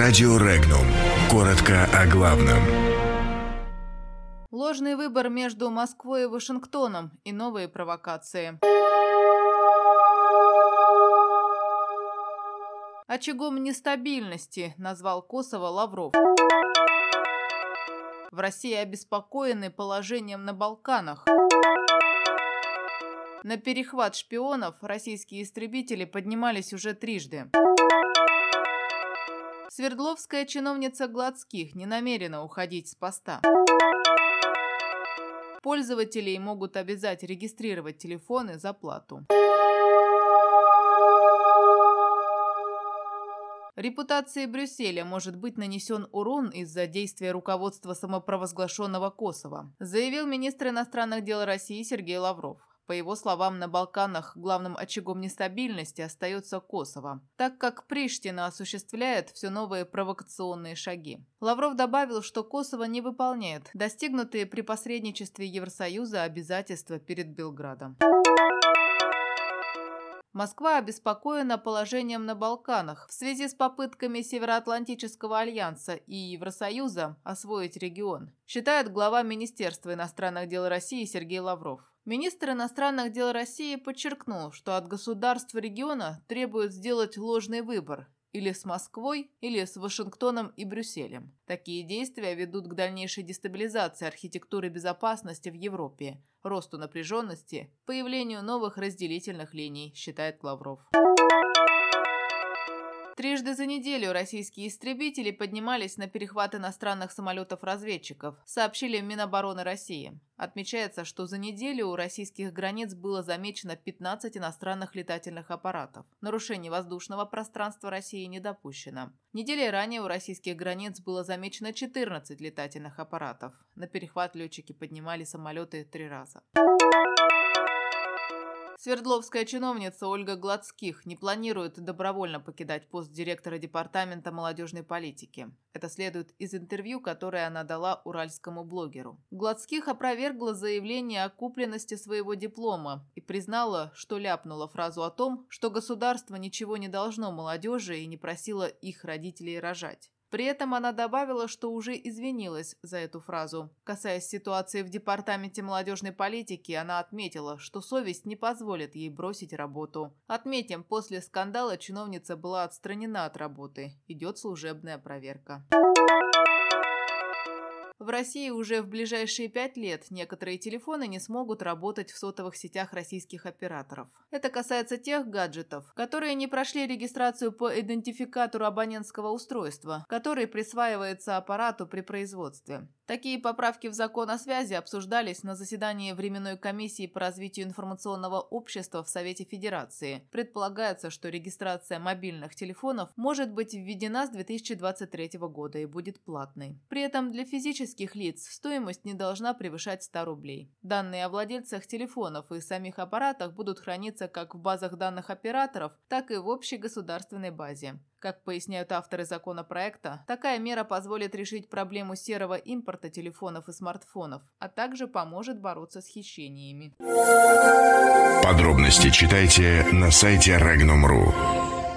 Радио Регнум. Коротко о главном. Ложный выбор между Москвой и Вашингтоном и новые провокации. Очагом нестабильности назвал Косово Лавров. В России обеспокоены положением на Балканах. На перехват шпионов российские истребители поднимались уже трижды. Свердловская чиновница Гладских не намерена уходить с поста. Пользователей могут обязать регистрировать телефоны за плату. Репутации Брюсселя может быть нанесен урон из-за действия руководства самопровозглашенного Косово, заявил министр иностранных дел России Сергей Лавров. По его словам, на Балканах главным очагом нестабильности остается Косово, так как Приштина осуществляет все новые провокационные шаги. Лавров добавил, что Косово не выполняет достигнутые при посредничестве Евросоюза обязательства перед Белградом. Москва обеспокоена положением на Балканах в связи с попытками Североатлантического альянса и Евросоюза освоить регион, считает глава Министерства иностранных дел России Сергей Лавров. Министр иностранных дел России подчеркнул, что от государств региона требуют сделать ложный выбор – или с Москвой, или с Вашингтоном и Брюсселем. Такие действия ведут к дальнейшей дестабилизации архитектуры безопасности в Европе, росту напряженности, появлению новых разделительных линий, считает Лавров. Трижды за неделю российские истребители поднимались на перехват иностранных самолетов-разведчиков, сообщили в Минобороны России. Отмечается, что за неделю у российских границ было замечено 15 иностранных летательных аппаратов. Нарушений воздушного пространства России не допущено. Неделей ранее у российских границ было замечено 14 летательных аппаратов. На перехват летчики поднимали самолеты 3 раза. Свердловская чиновница Ольга Гладских не планирует добровольно покидать пост директора Департамента молодежной политики. Это следует из интервью, которое она дала уральскому блогеру. Гладских опровергла заявление о купленности своего диплома и признала, что ляпнула фразу о том, что государство ничего не должно молодежи и не просило их родителей рожать. При этом она добавила, что уже извинилась за эту фразу. Касаясь ситуации в Департаменте молодежной политики, она отметила, что совесть не позволит ей бросить работу. Отметим, после скандала чиновница была отстранена от работы. Идет служебная проверка. В России уже в ближайшие 5 лет некоторые телефоны не смогут работать в сотовых сетях российских операторов. Это касается тех гаджетов, которые не прошли регистрацию по идентификатору абонентского устройства, который присваивается аппарату при производстве. Такие поправки в закон о связи обсуждались на заседании Временной комиссии по развитию информационного общества в Совете Федерации. Предполагается, что регистрация мобильных телефонов может быть введена с 2023 года и будет платной. При этом для физических лиц стоимость не должна превышать 100 рублей. Данные о владельцах телефонов и самих аппаратах будут храниться как в базах данных операторов, так и в общей государственной базе. Как поясняют авторы законопроекта, такая мера позволит решить проблему серого импорта телефонов и смартфонов, а также поможет бороться с хищениями. Подробности читайте на сайте Regnum.ru.